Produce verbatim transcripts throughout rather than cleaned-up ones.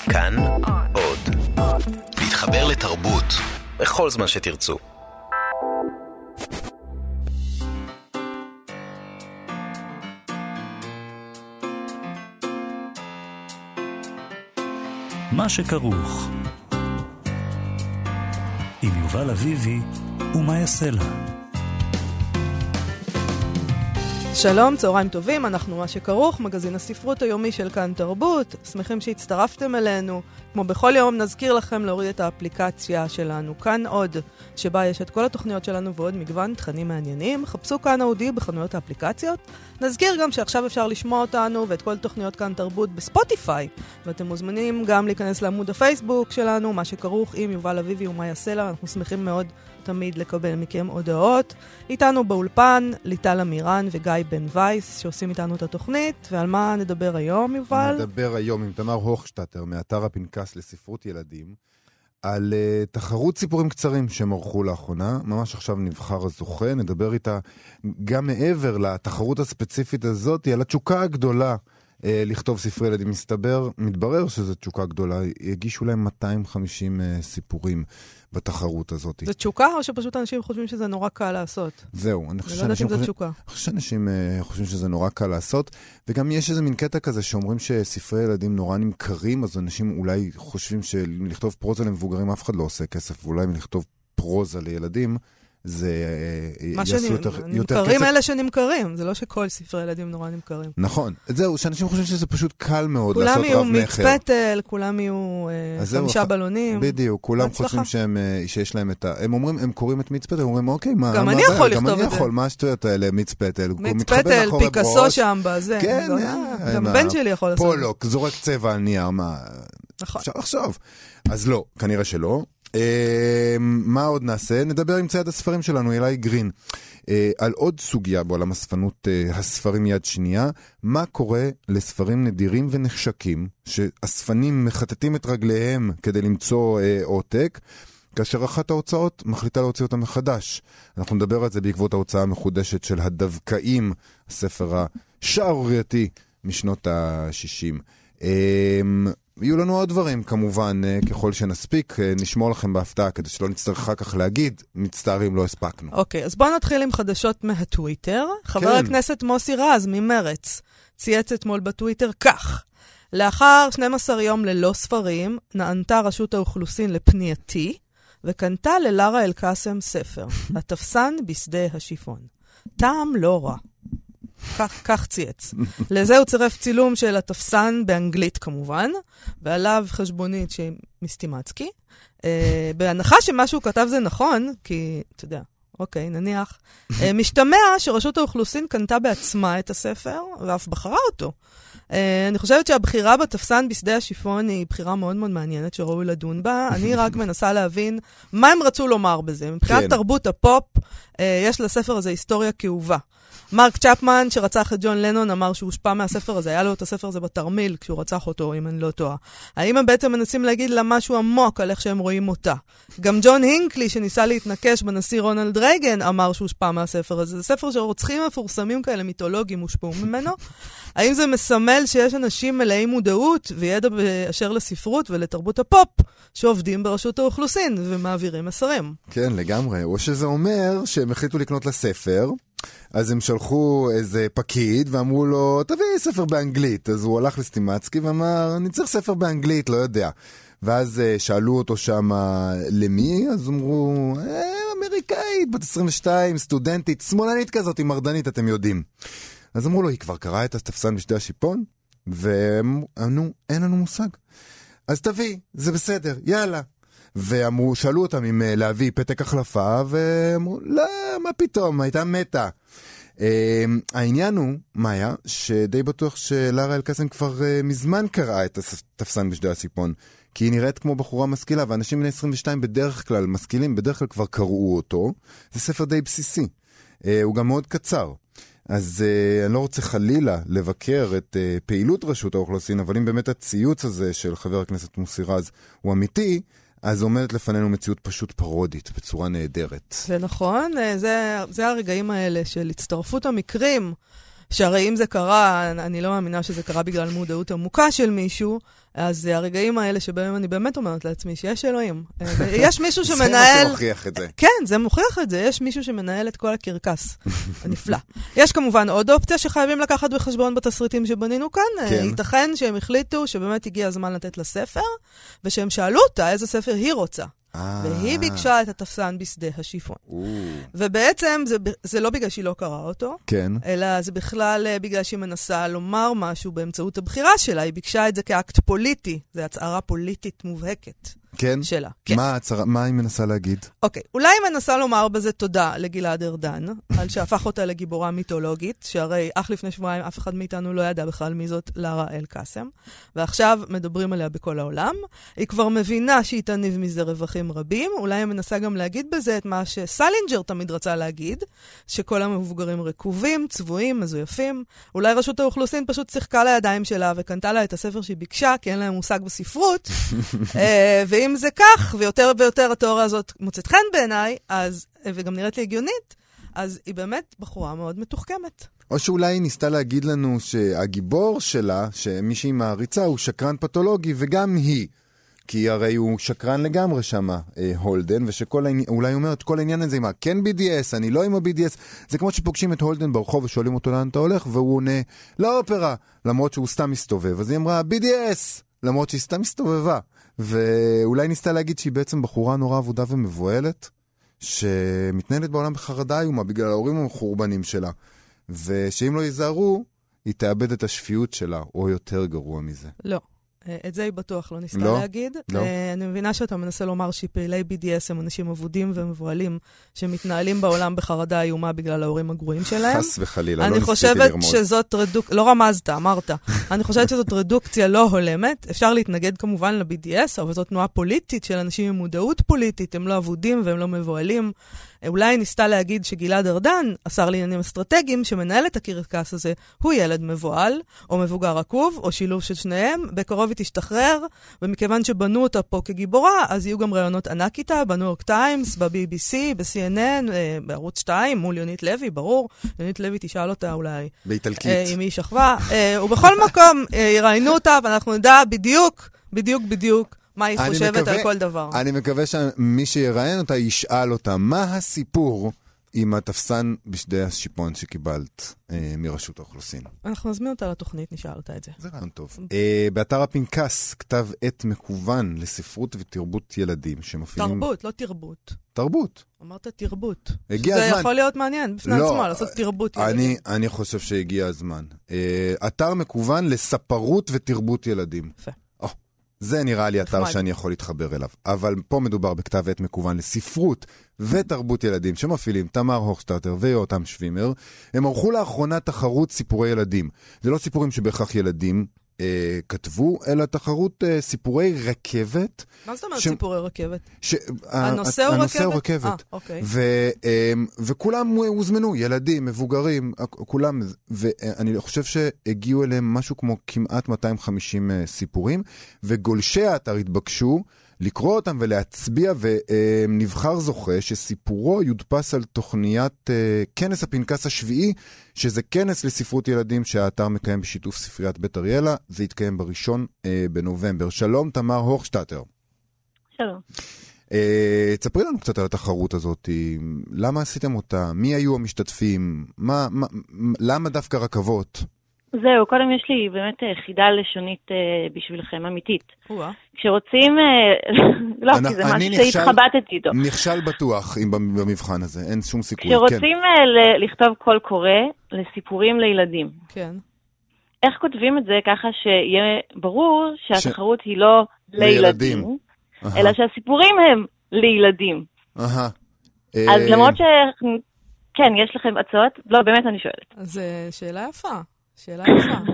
כאן עוד. להתחבר לתרבות בכל זמן שתרצו. מה שכרוך עם יובל אביבי ומה יעשה לה. שלום, צהריים טובים, אנחנו מה שכרוך, מגזין הספרות היומי של כאן תרבות. שמחים שהצטרפתם אלינו. כמו בכל יום נזכיר לכם להוריד את האפליקציה שלנו, כאן עוד, שבה יש את כל התוכניות שלנו ועוד מגוון תכנים מעניינים. חפשו כאן אודי בחנויות האפליקציות. נזכיר גם שעכשיו אפשר לשמוע אותנו ואת כל תוכניות כאן תרבות בספוטיפיי, ואתם מוזמנים גם להיכנס לעמוד הפייסבוק שלנו, מה שכרוך עם יובל אביבי ומה יעשה לה. אנחנו שמחים מאוד תמיד לקבל מכם הודעות. איתנו באולפן ליטל אמירן וגיא בן וייס שעושים איתנו את התוכנית. ועל מה נדבר היום, יובל? נדבר היום עם תמר הוכשטטר מאתר הפנקס לספרות ילדים על uh, תחרות סיפורים קצרים שהם ערכו לאחרונה. ממש עכשיו נבחר הזוכה, נדבר איתה גם מעבר לתחרות הספציפית הזאת על התשוקה הגדולה uh, לכתוב ספרי ילדים. מסתבר, מתברר שזו תשוקה גדולה. הגישו להם מאתיים וחמישים uh, סיפורים בתחרות הזאת. זה תשוקה או שפשוט אנשים חושבים שזה נורא קל לעשות? זהו, אני חושב לא יודעת אם זה תשוקה. אני חושב שאנשים uh, חושבים שזה נורא קל לעשות, וגם יש איזה מין קטע כזה שאומרים שספרי ילדים נורא נמכרים, אז אנשים אולי חושבים שלכתוב פרוזה למבוגרים אף אחד לא עושה כסף, ואולי מלכתוב פרוזה לילדים, זה יעשו יותר, יותר נמכרים כסף. אלה שנמכרים, זה לא שכל ספרי ילדים נורא נמכרים. נכון, זהו, שאנשים חושבים שזה פשוט קל מאוד לעשות רב מכר. כולם יהיו מצפתל, כולם יהיו חמישה בלונים. בדיוק, כולם חושבים שהם, שיש להם את ה... הם אומרים, הם קוראים את מצפתל, הם אומרים, אוקיי, מה... גם אני יכול לכתוב את זה. גם אני יכול, מה השטויות האלה, מצפתל. מצפתל, פיקאסו שם בזה. כן, גם בן שלי יכול לעשות. פולוק, זורק צבע על נייר, מה... אפשר לחשוב. אז לא, כנראה שלא. מה עוד נעשה? נדבר עם צייד הספרים שלנו, אלי גרין, על עוד סוגיה בעולם הספנות הספרים יד שנייה. מה קורה לספרים נדירים ונחשקים שהספנים מחטטים את רגליהם כדי למצוא עותק, כאשר אחת ההוצאות מחליטה להוציא אותה מחדש. אנחנו נדבר על זה בעקבות ההוצאה המחודשת של הדווקאים, הספר השערורייתי משנות ה-שישים. יהיו לנו עוד דברים, כמובן, ככל שנספיק, נשמור לכם בהפתעה, כדי שלא נצטרך אחר כך להגיד, מצטערים, לא הספקנו. אוקיי, אז בואו נתחיל עם חדשות מהטוויטר. חבר הכנסת מוסי רז ממרץ צייץ אתמול בטוויטר כך: לאחר שנים עשר יום ללא ספרים, נענתה רשות האוכלוסין לפנייתי, וקנתה ללרה אלקסם ספר, התפסן בשדה השיפון. טעם לא רע. כך, כך צייץ. לזה הוא צירף צילום של התפסן באנגלית כמובן, ועליו חשבונית שהיא מסטימצקי. אה, בהנחה שמה שהוא כתב זה נכון, כי, אתה יודע, אוקיי, נניח, אה, משתמע שרשות האוכלוסין קנתה בעצמה את הספר, ואף בחרה אותו. אה, אני חושבת שהבחירה בתפסן בשדה השיפון היא בחירה מאוד מאוד מעניינת שראוי לדון בה. אני רק מנסה להבין מה הם רצו לומר בזה. מבחינת כן. תרבות הפופ, אה, יש לספר הזה היסטוריה כאובה. מרק צ'פמן, שרצח את ג'ון לנון, אמר שהוא הושפע מהספר הזה. היה לו את הספר הזה בתרמיל כשהוא רצח אותו, אם אני לא טועה. האם הם בעצם מנסים להגיד לה משהו עמוק על איך שהם רואים אותה? גם ג'ון הינקלי, שניסה להתנקש בנשיא רונלד רייגן, אמר שהוא הושפע מהספר הזה. זה ספר שרוצחים מפורסמים כאלה מיתולוגיים הושפעו ממנו. האם זה מסמל שיש אנשים מלאי מודעות וידע באשר לספרות ולתרבות הפופ, שעובדים ברשות האוכלוסין ומעבירים מסרים? כן, לגמרי. או שזה אומר שהם החליטו לקנות לספר, אז הם שלחו איזה פקיד ואמרו לו, תביא ספר באנגלית. אז הוא הלך לסטימצקי ואמר, אני צריך ספר באנגלית, לא יודע. ואז שאלו אותו שם למי, אז אמרו, אה, אמריקאית, בת עשרים ושתיים, סטודנטית, שמאלנית כזאת, היא מרדנית, אתם יודעים. אז אמרו לו, היא כבר קראה את התפסן בשדה השיפון? ואמרו, אין לנו מושג. אז תביא, זה בסדר, יאללה. ואמרו, שאלו אותם אם להביא פתק החלפה, ואמרו, לא, מה פתאום, הייתה מתה. העניין הוא, מאיה, שדי בטוח שלרה אלקסם כבר מזמן קראה את התפסן בשדה השיפון, כי היא נראית כמו בחורה משכילה, ואנשים בני עשרים ושתיים בדרך כלל משכילים, בדרך כלל כבר קראו אותו. זה ספר די בסיסי. הוא גם מאוד קצר. אז uh, אני לא רוצה חלילה לבקר את uh, פעילות רשות האוכלוסין, אבל אם באמת הציוץ הזה של חבר הכנסת מוסי רז הוא אמיתי, אז עומדת לפנינו מציאות פשוט פרודית, בצורה נהדרת. זה נכון, זה, זה הרגעים האלה של הצטרפות המקרים, שהרי אם זה קרה, אני לא מאמינה שזה קרה בגלל מודעות עמוקה של מישהו, אז הרגעים האלה שבהם אני באמת אומרת לעצמי שיש אלוהים. יש מישהו שמנהל... זה מה שמוכיח את זה. כן, זה מוכיח את זה. יש מישהו שמנהל את כל הקרקס. הנפלא. יש כמובן עוד אופציה שחייבים לקחת בחשבון בתסריטים שבנינו כאן. כן. ייתכן שהם החליטו שבאמת הגיע הזמן לתת לה ספר, ושהם שאלו אותה איזה ספר היא רוצה. והיא ביקשה את התפסן בשדה השיפון. ובעצם זה, זה לא בגלל שהיא לא קראה אותו, כן. אלא זה בכלל בגלל שהיא מנסה לומר משהו באמצעות הבחירה שלה. היא ביקשה את זה כאקט פוליטי. זו הצהרה פוליטית מובהקת. כן? שלה. כן. מה, הצהרה, מה היא מנסה להגיד? אוקיי, אולי היא מנסה לומר בזה תודה לגלעד ארדן, על שהפך אותה לגיבורה מיתולוגית, שהרי אך לפני שבועיים אף אחד מאיתנו לא ידע בכלל מי זאת לרה אל-קאסם, ועכשיו מדברים עליה בכל העולם. היא כבר מבינה שהיא תניב מזה רווחים רבים, אולי היא מנסה גם להגיד בזה את מה שסלינג'ר תמיד רצה להגיד, שכל המבוגרים רקובים, צבועים, מזויפים. אולי רשות האוכלוסין פשוט שיחקה לידיים שלה וקנתה לה את הספר שהיא ביקשה, כי אין להם מושג בספרות. ואם זה כך, ויותר ויותר התיאוריה הזאת מוצאת חן בעיניי, אז, וגם נראית לי הגיונית, אז היא באמת בחורה מאוד מתוחכמת. או שאולי היא ניסתה להגיד לנו שהגיבור שלה, שמי שהיא מעריצה, הוא שקרן פתולוגי, וגם היא. כי הרי הוא שקרן לגמרי שמה, אה, הולדן, ושכל העניין, אולי הוא אומר את כל העניין הזה, מה, כן בי די אס, אני לא עם ה-בי די אס, זה כמו שפוגשים את הולדן ברחוב ושואלים אותו לאן אתה הולך, והוא עונה, לאופרה, למרות שהוא סתם מסתובב. אז היא אמרה, בי די אס, למרות שהיא סתם מסתובבה. ואולי ניסתה להגיד שהיא בעצם בחורה נורא עבודה ומבועלת, שמתנהלת בעולם בחרדה איומה, בגלל ההורים המחורבנים שלה, ושאם לא ייזהרו, היא תאבד את השפיות שלה, או יותר גרוע מזה. לא. את זה היא בטוח לא ניסתה לא, להגיד. לא. אני מבינה שאתה מנסה לומר שפעילי בי די אס הם אנשים עבודים ומבועלים שמתנהלים בעולם בחרדה איומה בגלל ההורים הגרועים שלהם. חס וחלילה, לא אני ניסיתי חושבת לרמוז. שזאת רדוק... לא רמזת, אמרת. אני חושבת שזאת רדוקציה לא הולמת. אפשר להתנגד כמובן ל-בי די אס, אבל זאת תנועה פוליטית של אנשים עם מודעות פוליטית, הם לא עבודים והם לא מבועלים. אולי ניסתה להגיד שגלעד ארדן, השר לעניינים אסטרטגיים, שמנהל את הקרקס הזה, הוא ילד מבועל, או מבוגר עקוב, או שילוב של שניהם. בקרוב היא תשתחרר, ומכיוון שבנו אותה פה כגיבורה, אז יהיו גם רעיונות ענק איתה, בניו יורק טיימס, ב-בי בי סי, ב-סי אן אן, בערוץ שתיים, מול יונית לוי, ברור. יונית לוי תשאל אותה אולי. באיטלקית. אם היא שכבה. ובכל מקום, יראיינו אותה, ואנחנו נדע בדיוק, בדיוק, בדיוק, מה היא חושבת מקווה, על כל דבר. אני מקווה שמי שיראיין אותה ישאל אותה, מה הסיפור עם התפסן בשדה השיפון שקיבלת אה, מרשות האוכלוסין? אנחנו נזמין אותה לתוכנית, נשאל אותה את זה. זה רעיון טוב. אה, באתר הפנקס כתב עת מקוון לספרות ותרבות ילדים שמפעילים... תרבות, לא תרבות. תרבות. אמרת תרבות. הגיע זה הזמן. יכול להיות מעניין בפני לא, עצמו, לעשות תרבות ילדים. אני, אני חושב שהגיע הזמן. אה, אתר מקוון לספרות ותרבות ילדים. יפה. זה נראה לי אתר שאני יכול להתחבר אליו. אבל פה מדובר בכתב עת מקוון לספרות ותרבות ילדים שמפעילים תמר הוכשטרטר ויותם שווימר. הם ערכו לאחרונה תחרות סיפורי ילדים. זה לא סיפורים שבהכרח ילדים אה, כתבו, אלא תחרות אה, סיפורי רכבת. מה זאת אומרת ש... סיפורי רכבת? ש... הנושא הוא הנושא רכבת? הוא רכבת. אה, אוקיי. ו... אה, וכולם הוזמנו, ילדים, מבוגרים, כולם, ואני חושב שהגיעו אליהם משהו כמו כמעט מאתיים וחמישים אה, סיפורים, וגולשי האתר התבקשו לקרוא אותם ולהצביע, ונבחר זוכה שסיפורו יודפס על תוכניית uh, כנס הפנקס השביעי, שזה כנס לספרות ילדים שהאתר מקיים בשיתוף ספריית בית אריאלה. זה יתקיים בראשון uh, בנובמבר. שלום, תמר הוכשטרטר. שלום. Uh, תספרי לנו קצת על התחרות הזאת. למה עשיתם אותה? מי היו המשתתפים? מה, מה, למה דווקא רכבות? זהו, קודם יש לי באמת חידה לשונית uh, בשבילכם, אמיתית. וואה. כשרוצים, uh, לא, כי זה משהו שהתחבטתי איתו. נכשל בטוח במבחן הזה, אין שום סיכוי. כשרוצים כן. uh, לכתוב קול קורא לסיפורים לילדים. כן. איך כותבים את זה ככה שיהיה ברור שהתחרות ש... היא לא לילדים, לילדים. אלא שהסיפורים הם לילדים. אהה. אז למרות ש... כן, יש לכם הצעות? לא, באמת אני שואלת. אז שאלה יפה. שאלה יפה.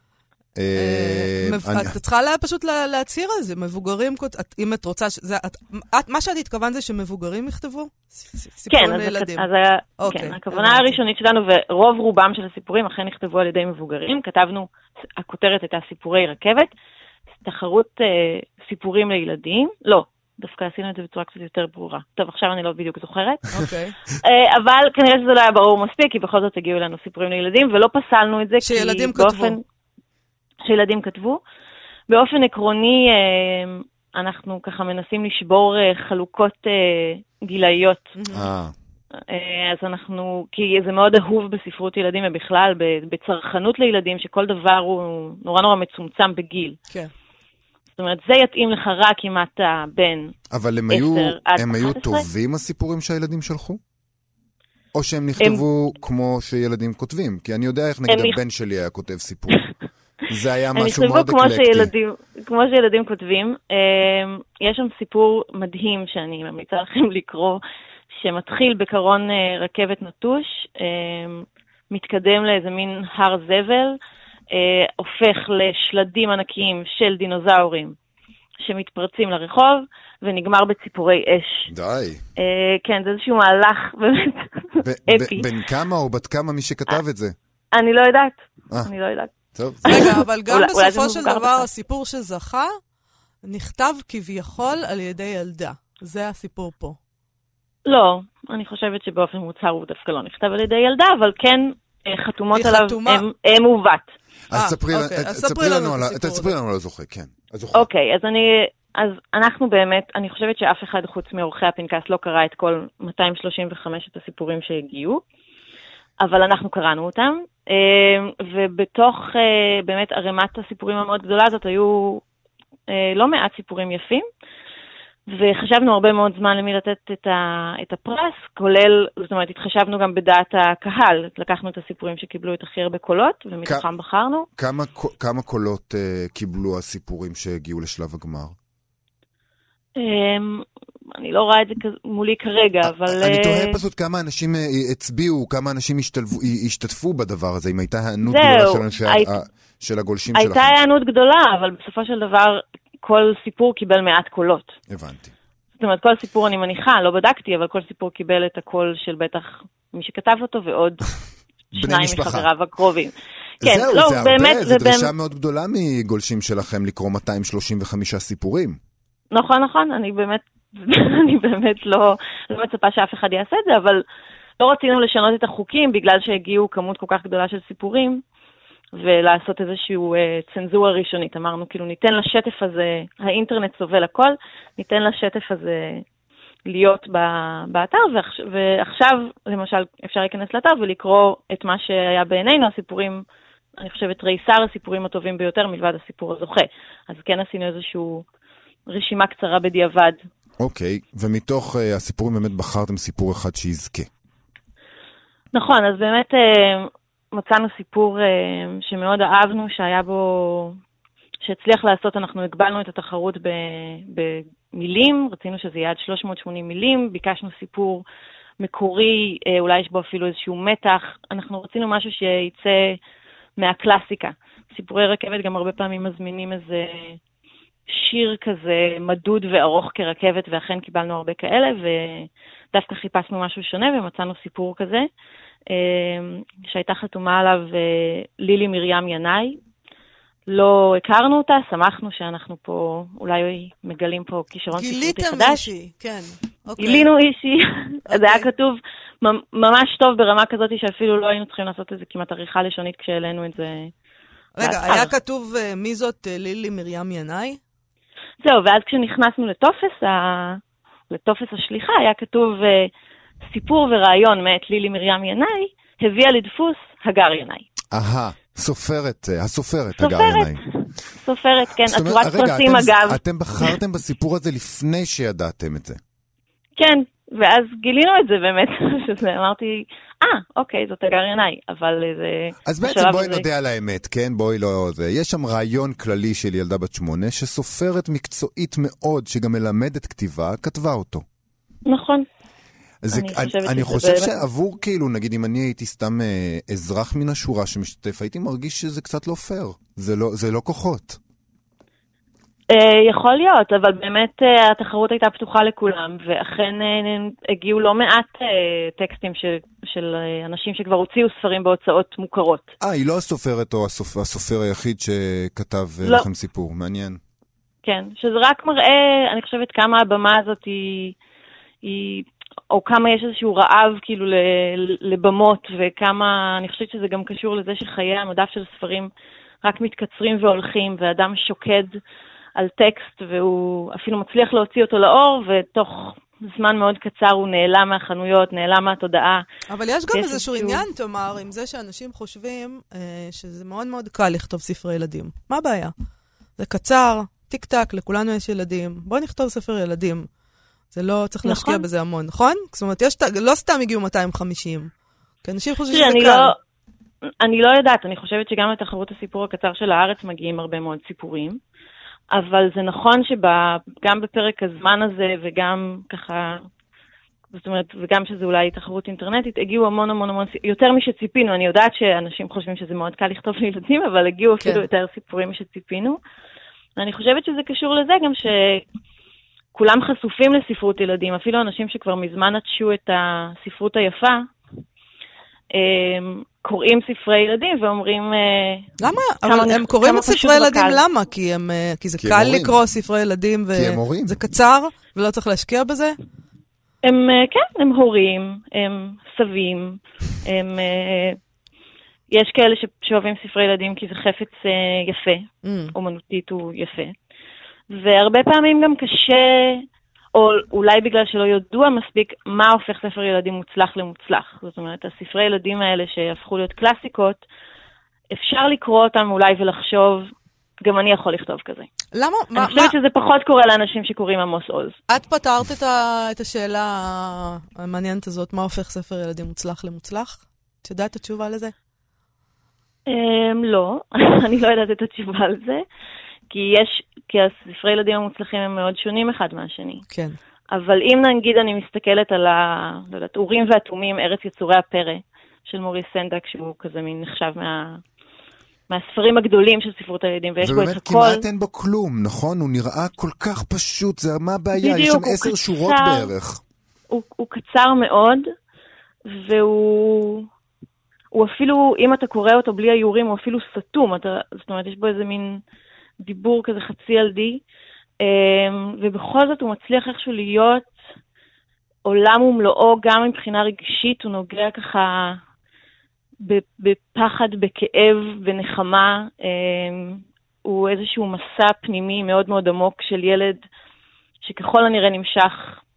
אתה צריכה פשוט להצהיר על זה, מבוגרים, אם את רוצה, מה שאת התכוונת זה שמבוגרים יכתבו? כן, אז הכוונה הראשונית שלנו, ורוב רובם של הסיפורים אכן נכתבו על ידי מבוגרים, כתבנו, הכותרת הייתה סיפורי רכבת, תחרות סיפורים לילדים, לא, דווקא עשינו את זה בצורה קצת יותר ברורה. טוב, עכשיו אני לא בדיוק זוכרת. אוקיי. אבל כנראה שזה לא היה ברור מספיק, כי בכל זאת הגיעו אלינו סיפורים לילדים, ולא פסלנו את זה. שילדים כתבו. שילדים כתבו. באופן עקרוני, אנחנו ככה מנסים לשבור חלוקות גילאיות. אז אנחנו, כי זה מאוד אהוב בספרות ילדים ובכלל, בצרכנות לילדים, שכל דבר הוא נורא נורא מצומצם בגיל. כן. זאת אומרת, זה יתאים לך רק אם אתה בן אבל הם היו, הם היו טובים הסיפורים שהילדים שלחו? או שהם נכתבו כמו שילדים כותבים? כי אני יודע איך נגיד הבן שלי היה כותב סיפור. זה היה משהו מאוד אקלקטי. כמו שילדים כותבים. יש שם סיפור מדהים שאני ממליצה לכם לקרוא, שמתחיל בקרון רכבת נטוש, מתקדם לאיזה מין הר זבל, הופך לשלדים ענקיים של דינוזאורים שמתפרצים לרחוב, ונגמר בציפורי אש. די. כן, זה איזשהו מהלך באמת אפי. בן כמה או בת כמה מי שכתב את זה? אני לא יודעת. אני לא יודעת. רגע, אבל גם בסופו של דבר הסיפור שזכה נכתב כביכול על ידי ילדה. זה הסיפור פה. לא, אני חושבת שבאופן מוצהר הוא דווקא לא נכתב על ידי ילדה, אבל כן חתומות עליו הם ובת. אז ספרי לנו על הזוכה, כן. אוקיי, אז אני, אז אנחנו באמת, אני חושבת שאף אחד חוץ מעורכי הפנקס לא קרא את כל מאתיים שלושים וחמש הסיפורים שהגיעו, אבל אנחנו קראנו אותם, ובתוך באמת ערימת הסיפורים המאוד גדולה הזאת היו לא מעט סיפורים יפים, וחשבנו הרבה מאוד זמן למי לתת את, ה, את הפרס, כולל, זאת אומרת, התחשבנו גם בדעת הקהל, לקחנו את הסיפורים שקיבלו את הכי הרבה קולות, ומתוכם כ- בחרנו. כמה, כמה קולות uh, קיבלו הסיפורים שהגיעו לשלב הגמר? Um, אני לא רואה את זה מולי כרגע, אבל... אני תוהה פשוט כמה אנשים הצביעו, כמה אנשים השתתפו בדבר הזה, אם הייתה הענות גדולה של, הי... של הגולשים שלכם. הייתה הענות גדולה, אבל בסופו של דבר... כל סיפור קיבל מעט קולות. הבנתי. זאת אומרת, כל סיפור אני מניחה, לא בדקתי, אבל כל סיפור קיבל את הקול של בטח מי שכתב אותו, ועוד שניים מחבריו הקרובים. כן, זהו, לא, זה באמת, הרבה, זה דרישה באמת... מאוד גדולה מגולשים שלכם לקרוא מאתיים שלושים וחמישה סיפורים. נכון, נכון, אני באמת, אני באמת לא, לא מצפה שאף אחד יעשה את זה, אבל לא רצינו לשנות את החוקים, בגלל שהגיעו כמות כל כך גדולה של סיפורים, ולעשות איזשהו אה, צנזורה ראשונית. אמרנו, כאילו, ניתן לשטף הזה, האינטרנט סובל הכל, ניתן לשטף הזה להיות ב- באתר, ועכש, ועכשיו, למשל, אפשר להיכנס לאתר ולקרוא את מה שהיה בעינינו, הסיפורים, אני חושבת, רייסר הסיפורים הטובים ביותר מלבד הסיפור הזוכה. אז כן עשינו איזשהו רשימה קצרה בדיעבד. אוקיי, ומתוך uh, הסיפורים באמת בחרתם סיפור אחד שיזכה. נכון, אז באמת... Uh, מצאנו סיפור uh, שמאוד אהבנו, שהיה בו, שהצליח לעשות, אנחנו הגבלנו את התחרות במילים, רצינו שזה יהיה עד שלוש מאות ושמונים מילים, ביקשנו סיפור מקורי, uh, אולי יש בו אפילו איזשהו מתח, אנחנו רצינו משהו שיצא מהקלאסיקה. סיפורי רכבת גם הרבה פעמים מזמינים איזה שיר כזה מדוד וארוך כרכבת, ואכן קיבלנו הרבה כאלה, ודווקא חיפשנו משהו שונה ומצאנו סיפור כזה. שהייתה חתומה עליו לילי מרים ינאי. לא הכרנו אותה, שמחנו שאנחנו פה, אולי מגלים פה כישרון ספרותי חדש. גיליתם אישי, כן. גילינו אישי. זה היה כתוב ממש טוב ברמה כזאת שאפילו לא היינו צריכים לעשות איזה כמעט עריכה לשונית כשהעלינו את זה. רגע, היה כתוב מי זאת לילי מרים ינאי? זהו, ואז כשנכנסנו לטופס, לטופס השליחה, היה כתוב... סיפור ורעיון מאת לילי מרים ינאי, הביאה לדפוס הגר ינאי. אהה, סופרת, הסופרת הגר ינאי. סופרת, כן, עטורת פרסים אגב. אתם בחרתם בסיפור הזה לפני שידעתם את זה. כן, ואז גילינו את זה באמת, שזה אמרתי, אה, אוקיי, זאת הגר ינאי, אבל זה... אז בעצם בואי נודע על האמת, כן? בואי לא... יש שם רעיון כללי של ילדה בת שמונה, שסופרת מקצועית מאוד, שגם מלמדת כתיבה, כתבה אותו. נכון. זה, אני, אני, אני חושב באמת... שעבור כאילו, נגיד אם אני הייתי סתם אה, אזרח מן השורה שמשתתף, הייתי מרגיש שזה קצת לא פייר. זה לא, זה לא כוחות. אה, יכול להיות, אבל באמת אה, התחרות הייתה פתוחה לכולם, ואכן אה, הגיעו לא מעט אה, טקסטים של, של אה, אנשים שכבר הוציאו ספרים בהוצאות מוכרות. אה, היא לא הסופרת או הסופ, הסופר היחיד שכתב לא. לכם סיפור, מעניין. כן, שזה רק מראה, אני חושבת כמה הבמה הזאת היא, היא או כמה יש איזשהו רעב כאילו לבמות, וכמה, אני חושבת שזה גם קשור לזה שחיי המדף של ספרים רק מתקצרים והולכים, ואדם שוקד על טקסט, והוא אפילו מצליח להוציא אותו לאור, ותוך זמן מאוד קצר הוא נעלם מהחנויות, נעלם מהתודעה. אבל יש גם איזשהו עניין, תאמר, עם זה שאנשים חושבים אה, שזה מאוד מאוד קל לכתוב ספרי ילדים. מה הבעיה? זה קצר, טיק טק, לכולנו יש ילדים. בואו נכתוב ספר ילדים. זה לא צריך נכון? להשקיע בזה המון, נכון? זאת אומרת, יש, לא סתם הגיעו מאתיים וחמישים. כי אנשים חושבים שזה קל. לא, אני לא יודעת, אני חושבת שגם לתחרות הסיפור הקצר של הארץ מגיעים הרבה מאוד סיפורים. אבל זה נכון שגם בפרק הזמן הזה, וגם ככה, זאת אומרת, וגם שזה אולי תחרות אינטרנטית, הגיעו המון המון המון, יותר משציפינו. אני יודעת שאנשים חושבים שזה מאוד קל לכתוב לילדים, אבל הגיעו כן. אפילו יותר סיפורים משציפינו. אני חושבת שזה קשור לזה גם שכולם חשופים לספרות ילדים, אפילו אנשים שכבר מזמן נטשו את הספרות היפה, קוראים ספרי ילדים ואומרים... למה? אבל הם קוראים את ספרי ילדים למה? כי זה קל לקרוא ספרי ילדים וזה קצר ולא צריך להשקיע בזה? הם, כן, הם הורים, הם סבים, הם... יש כאלה שאוהבים ספרי ילדים כי זה חפץ יפה, אומנותית הוא יפה. והרבה פעמים גם קשה... או אולי בגלל שלא יודוע מספיק מה הופך ספר ילדים מוצלח למוצלח. זאת אומרת, הספרי ילדים האלה שהפכו להיות קלאסיקות, אפשר לקרוא אותם אולי ולחשוב, גם אני יכול לכתוב כזה. למה? אני חושבת מה... שזה פחות קורה לאנשים שקוראים עמוס עוז. את פתרת את, ה... את השאלה המעניינת הזאת, מה הופך ספר ילדים מוצלח למוצלח? את יודעת את התשובה לזה? לא, אני לא יודעת את התשובה על זה. כי יש, כי הספרי ילדים המוצלחים הם מאוד שונים אחד מהשני. כן. אבל אם נגיד אני מסתכלת על ה... לא יודעת, אורים ואטומים, ארץ יצורי הפרא, של מוריס סנדק, שהוא כזה מין נחשב מה... מהספרים הגדולים של ספרות הילדים, ויש בו את הכל. ובאמת כמעט אין בו כלום, נכון? הוא נראה כל כך פשוט, זה מה הבעיה? יש שם עשר שורות בערך. הוא, הוא קצר מאוד, והוא... הוא אפילו, אם אתה קורא אותו בלי האיורים, הוא אפילו סתום. אתה, זאת אומרת, יש בו איזה מין... דיבור כזה חצי ילדי, ובכל זאת הוא מצליח איכשהו להיות עולם ומלואו, גם מבחינה רגשית, הוא נוגע ככה בפחד, בכאב, בנחמה, הוא איזשהו מסע פנימי מאוד מאוד עמוק של ילד, שככל הנראה נמשך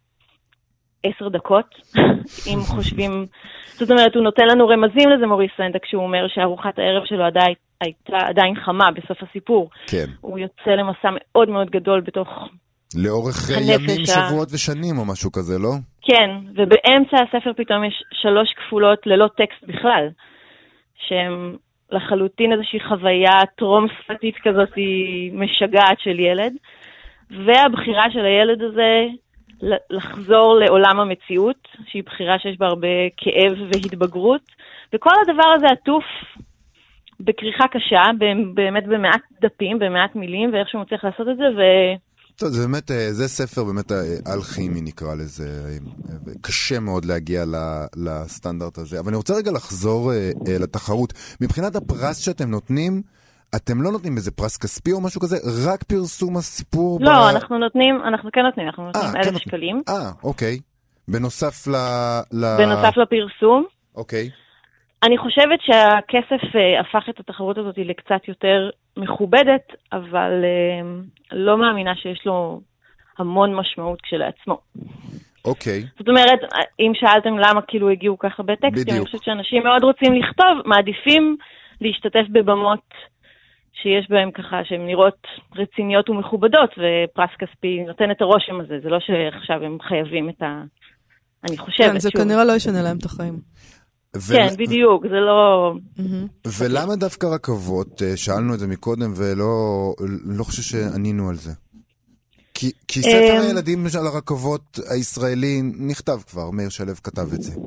עשר דקות, אם חושבים, זאת אומרת, הוא נותן לנו רמזים לזה מוריס סנדק, כשהוא אומר שארוחת הערב שלו עדיין, הייתה עדיין חמה בסוף הסיפור. כן. הוא יוצא למסע מאוד מאוד גדול בתוך לאורך ימים, שבועות ושנים או משהו כזה, לא? כן, ובאמצע הספר פתאום יש שלוש כפולות ללא טקסט בכלל, שהם לחלוטין איזושהי חוויה טרום-שפתית כזאת משגעת של ילד, והבחירה של הילד הזה לחזור לעולם המציאות, שהיא בחירה שיש בה הרבה כאב והתבגרות, וכל הדבר הזה עטוף בקריחה קשה, באמת במעט דפים, במעט מילים, ואיך שהוא מצליח לעשות את זה, ו... טוב, זה באמת, זה ספר באמת אלכימי נקרא לזה, קשה מאוד להגיע לסטנדרט הזה, אבל אני רוצה רגע לחזור לתחרות. מבחינת הפרס שאתם נותנים, אתם לא נותנים איזה פרס כספי או משהו כזה, רק פרסום הסיפור? לא, ב... אנחנו נותנים, אנחנו כן נותנים, אנחנו נותנים 아, אלף כן שקלים. אה, אוקיי. בנוסף ל... בנוסף לפרסום. אוקיי. אני חושבת שהכסף הפך את התחרות הזאת לקצת יותר מכובדת, אבל לא מאמינה שיש לו המון משמעות כשלעצמו. אוקיי. זאת אומרת, אם שאלתם למה כאילו הגיעו ככה הרבה טקסטים, אני חושבת שאנשים מאוד רוצים לכתוב, מעדיפים להשתתף בבמות שיש בהם ככה, שהן נראות רציניות ומכובדות, ופרס כספי נותן את הרושם הזה. זה לא שעכשיו הם חייבים את ה... אני חושבת, כן, זה שוב. כנראה לא ישנה להם את החיים. ו... כן, בדיוק, זה לא... ולמה דווקא רכבות? שאלנו את זה מקודם, ולא לא חושב שענינו על זה. כי, כי ספר הילדים על הרכבות הישראלי נכתב כבר, מאיר שלו כתב את זה.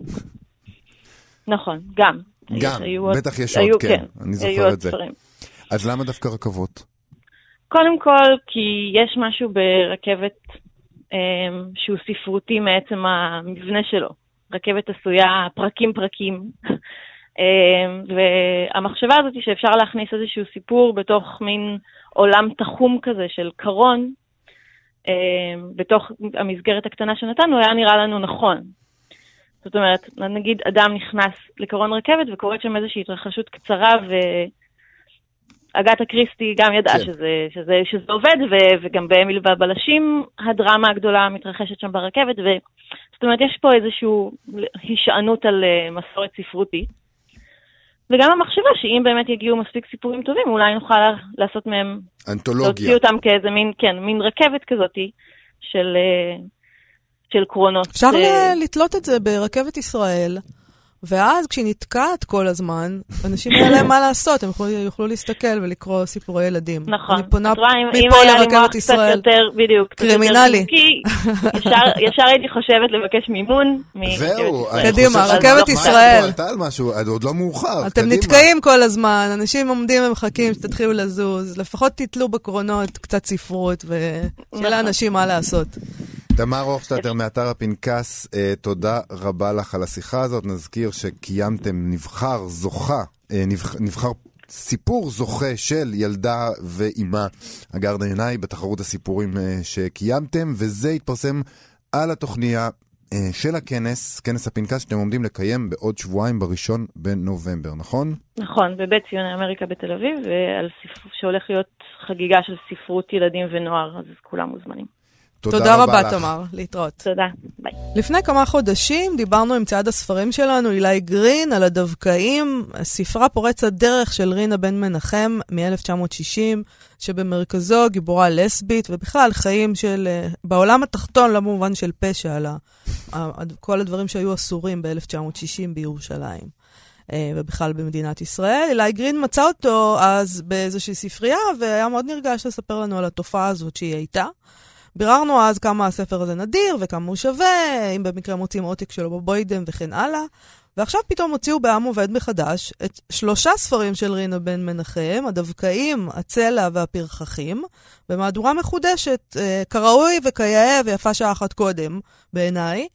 נכון, גם. גם, בטח יש עוד, כן, אני זוכר את זה. אז למה דווקא רכבות? קודם כל, כי יש משהו ברכבת שהוא ספרותי מעצם המבנה שלו. רכבת עשויה פרקים פרקים, והמחשבה הזאת היא שאפשר להכניס איזשהו סיפור בתוך מין עולם תחום כזה של קרון, בתוך המסגרת הקטנה שנתנו, היה נראה לנו נכון. זאת אומרת, נגיד אדם נכנס לקרון רכבת וקוראת שם איזושהי התרחשות קצרה, ואגתה קריסטי גם ידעה כן. שזה, שזה, שזה עובד, ו, וגם באמיל והבלשים הדרמה הגדולה מתרחשת שם ברכבת, ו, זאת אומרת, יש פה איזושהי הישענות על מסורת ספרותית, וגם המחשבה שאם באמת יגיעו מספיק סיפורים טובים, אולי נוכל לעשות מהם, אנתולוגיה. להוציא אותם כאיזה מין, כן, מין רכבת כזאת של, של קרונות. אפשר לתלות את זה ברכבת ישראל, ואז כשהיא נתקעת כל הזמן, אנשים יהיה להם מה לעשות, הם יוכלו, יוכלו להסתכל ולקרוא סיפורי ילדים. נכון. אני פונה מפה לרכבת ישראל. יותר, בדיוק. קרימינלי. ישר, ישר הייתי חושבת לבקש מימון זהו. קדימה, רכבת ישראל. על משהו, עוד לא מאוחר. אתם נתקעים כל הזמן, אנשים עומדים ומחכים שתתחילו לזוז, לפחות תתלו בקרונות קצת ספרות, ושיהיה לאנשים מה לעשות. תמר הוכשטטר מאתר הפנקס, תודה רבה לך על השיחה הזאת. נזכיר שקיימתם נבחר זוכה, נבחר סיפור זוכה של ילדה ואימה הגר דנאי בתחרות הסיפורים שקיימתם, וזה התפרסם על התוכניה של הכנס, כנס הפנקס שאתם עומדים לקיים בעוד שבועיים בראשון בנובמבר, נכון? נכון, בבית ציוני אמריקה בתל אביב, ועל ספר, שהולך להיות חגיגה של ספרות ילדים ונוער, אז כולם מוזמנים. תודה, תודה רבה, רבה תמר, להתראות. תודה, ביי. לפני כמה חודשים דיברנו עם צעד הספרים שלנו, אילי גרין, על הדווקאים, ספרה פורצת דרך של רינה בן מנחם מ-אלף תשע מאות שישים, שבמרכזו גיבורה לסבית, ובכלל חיים של, בעולם התחתון, לא במובן של פשע, על כל הדברים שהיו אסורים ב-אלף תשע מאות שישים בירושלים, ובכלל במדינת ישראל. אילי גרין מצא אותו אז באיזושהי ספרייה, והיה מאוד נרגש לספר לנו על התופעה הזאת שהיא הייתה. ביררנו אז כמה הספר הזה נדיר וכמה הוא שווה, אם במקרה מוצאים עותק שלו בבוידם וכן הלאה. ועכשיו פתאום הוציאו בעם עובד מחדש את שלושה ספרים של רינה בן מנחם, הדווקאים, הצלע והפרחחים, במהדורה מחודשת, כראוי וכיאה ויפה שעה אחת קודם בעיניי.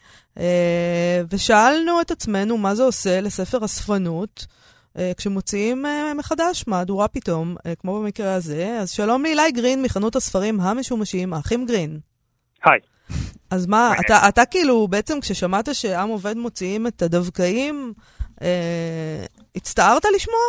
ושאלנו את עצמנו מה זה עושה לספר הספנות, כשמוציאים מחדש מהדורה פתאום, כמו במקרה הזה. אז שלום לאילי גרין מחנות הספרים המשומשים, האחים גרין. היי. אז מה, אתה, אתה כאילו בעצם כששמעת שעם עובד מוציאים את הדווקאים, אה, הצטערת לשמוע?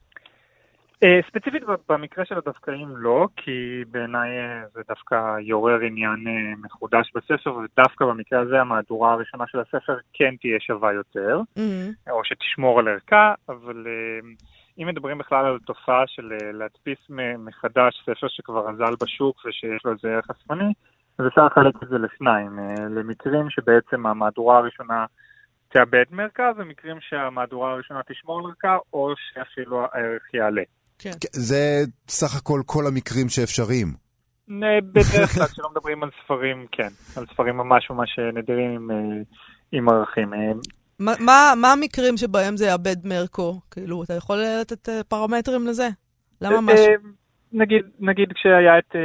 אה, ספציפית במקרה של הדווקאים לא, כי בעיניי זה דווקא יורר עניין אה, מחודש בספר, ודווקא במקרה הזה המהדורה הראשונה של הספר כן תהיה שווה יותר, mm-hmm. או שתשמור על ערכה, אבל אה, אם מדברים בכלל על תופעה של אה, להדפיס מחדש ספר שכבר אזל בשוק ושיש לו איזה ערך אספני, אז אפשר לחלק את זה לשניים, למקרים שבעצם המהדורה הראשונה תאבד מערכה, ומקרים שהמהדורה הראשונה תשמור לערכה, או שאפילו הערך יעלה. כן. זה סך הכל כל המקרים שאפשריים. בדרך כלל, כשלא מדברים על ספרים, כן, על ספרים ממש ממש נדירים עם, עם ערכים. מה, מה, מה המקרים שבהם זה יאבד מערכו? כאילו, אתה יכול לתת פרמטרים לזה? למה משהו? נגיד, נגיד כשהיה את...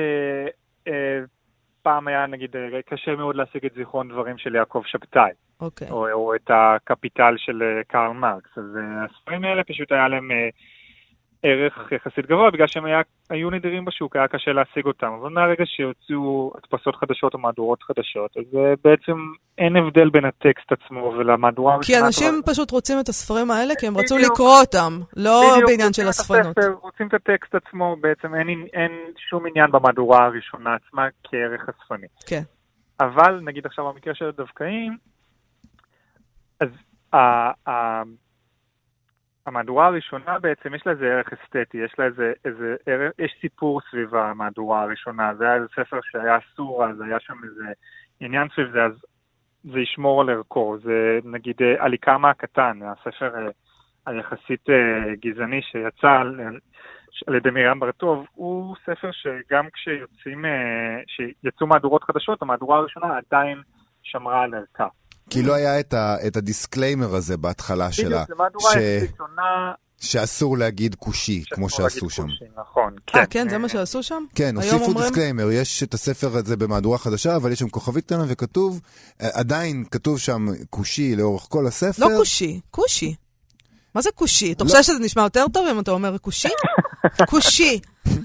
פעם היה, נגיד, קשה מאוד להשיג את זיכרון דברים של יעקב שבתאי, okay. או, או את הקפיטל של קרל מרקס. אז הספרים האלה פשוט היה להם ערך יחסית גבוה, בגלל שהם היה, היו נדירים בשוק, היה קשה להשיג אותם. אבל מהרגע שיוצאו הדפסות חדשות או מהדורות חדשות, אז בעצם אין הבדל בין הטקסט עצמו ולמהדורה הראשונה. כי אנשים כבר... פשוט רוצים את הספרים האלה, כי הם רצו לקרוא אותם, לא בדיוק, בעניין של הספנות. הספר, רוצים את הטקסט עצמו, בעצם אין, אין שום עניין במהדורה הראשונה עצמה כערך הספני. כן. אבל, נגיד עכשיו במקרה של הדווקאים, אז ה... ה המהדורה הראשונה בעצם יש לה איזה ערך אסתטי, יש לה איזה, איזה ערך, יש סיפור סביב המהדורה הראשונה, זה היה איזה ספר שהיה אסור, אז היה שם איזה עניין סביב זה, אז זה ישמור על ערכו, זה נגיד אליקמה הקטן, הספר היחסית גזעני שיצא על, על ידי מרים בר-טוב, הוא ספר שגם כשיוצאים, שיצאו מהדורות חדשות, המהדורה הראשונה עדיין שמרה על ערכה. כי לא היה את, ה, את הדיסקליימר הזה בהתחלה שלה, ש... שאסור להגיד קושי, כמו שעשו שם. קושי, נכון. כן, 아, כן, זה מה שעשו שם? כן, הוסיפו אומרים... דיסקליימר, יש את הספר הזה במהדורה חדשה, אבל יש שם כוכבית קטנה וכתוב, עדיין כתוב שם קושי לאורך כל הספר. לא קושי, קושי. מה זה קושי? אתה חושב שזה נשמע יותר טוב אם אתה אומר קושי? קושי.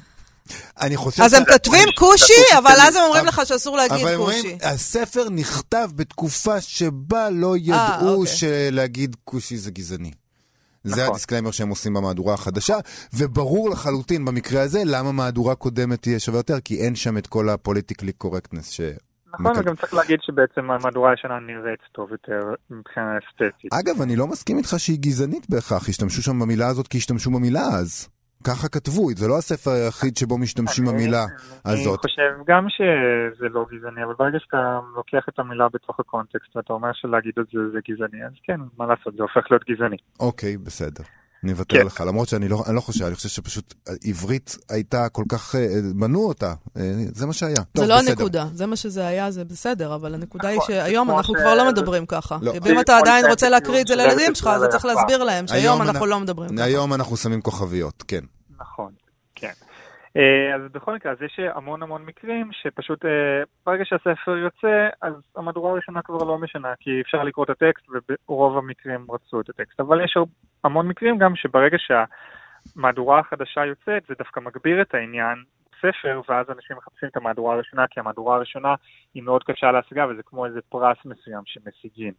אני חושב... אז הם כותבים קושי, אבל אז הם אומרים לך שאסור להגיד אבל קושי. אומרים, הספר נכתב בתקופה שבה לא ידעו שלהגיד קושי זה גזעני. זה הדיסקליימר שהם עושים במהדורה החדשה, וברור לחלוטין במקרה הזה למה מהדורה קודמת תהיה שווה יותר, כי אין שם את כל הפוליטיקלי קורקטנס ש... נכון, וגם צריך להגיד שבעצם המהדורה הישנה נראית טוב יותר מבחינה אסתטית. אגב, אני לא מסכים איתך שהיא גזענית בהכרח, השתמשו שם במילה הזאת כי השתמשו במילה אז. ככה כתבו, זה לא הספר היחיד שבו משתמשים במילה הזאת. אני חושב גם שזה לא גזעני, אבל ברגע שאתה לוקח את המילה בתוך הקונטקסט, ואתה אומר שלהגיד את זה זה גזעני, אז כן, מה לעשות, זה הופך להיות גזעני. אוקיי, בסדר. אני אוותר לך, למרות שאני לא, אני לא חושב, אני חושב שפשוט עברית הייתה כל כך, בנו אותה, זה מה שהיה. זה לא הנקודה, זה מה שזה היה, זה בסדר, אבל הנקודה היא שהיום אנחנו כבר לא מדברים ככה. ואם אתה עדיין רוצה להקריא את זה לילדים שלך, אז צריך להסביר להם שהיום אנחנו לא מדברים ככה. היום אנחנו שמים כוכביות, כן. נכון, כן. אז בכל מקרה, אז יש המון המון מקרים שפשוט ברגע שהספר יוצא, אז המהדורה הראשונה כבר לא משנה, כי אפשר לקרוא את הטקסט, וברוב המקרים רצו את הטקסט. אבל יש המון מקרים גם שברגע שהמהדורה החדשה יוצאת, זה דווקא מגביר את העניין ספר, ואז אנשים מחפשים את המהדורה הראשונה, כי המהדורה הראשונה היא מאוד קשה להשיגה, וזה כמו איזה פרס מסוים שמשיגים.